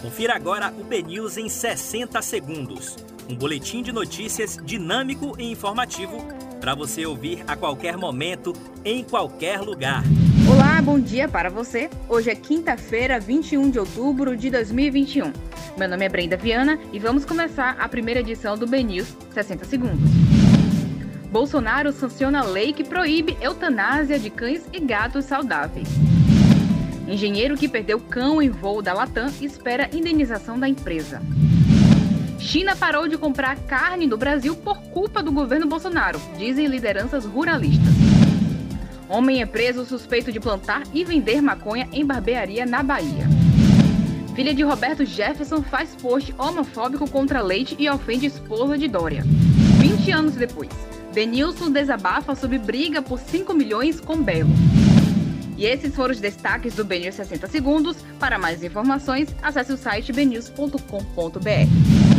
Confira agora o BNews em 60 segundos. Um boletim de notícias dinâmico e informativo para você ouvir a qualquer momento, em qualquer lugar. Olá, bom dia para você. Hoje é quinta-feira, 21 de outubro de 2021. Meu nome é Brenda Viana e vamos começar a primeira edição do BNews 60 segundos. Bolsonaro sanciona lei que proíbe eutanásia de cães e gatos saudáveis. Engenheiro que perdeu cão em voo da Latam espera indenização da empresa. China parou de comprar carne do Brasil por culpa do governo Bolsonaro, dizem lideranças ruralistas. Homem é preso suspeito de plantar e vender maconha em barbearia na Bahia. Filha de Roberto Jefferson faz post homofóbico contra Leite e ofende esposa de Dória. 20 anos depois, Denilson desabafa sobre briga por 5 milhões com Belo. E esses foram os destaques do BNews 60 segundos. Para mais informações, acesse o site bnews.com.br.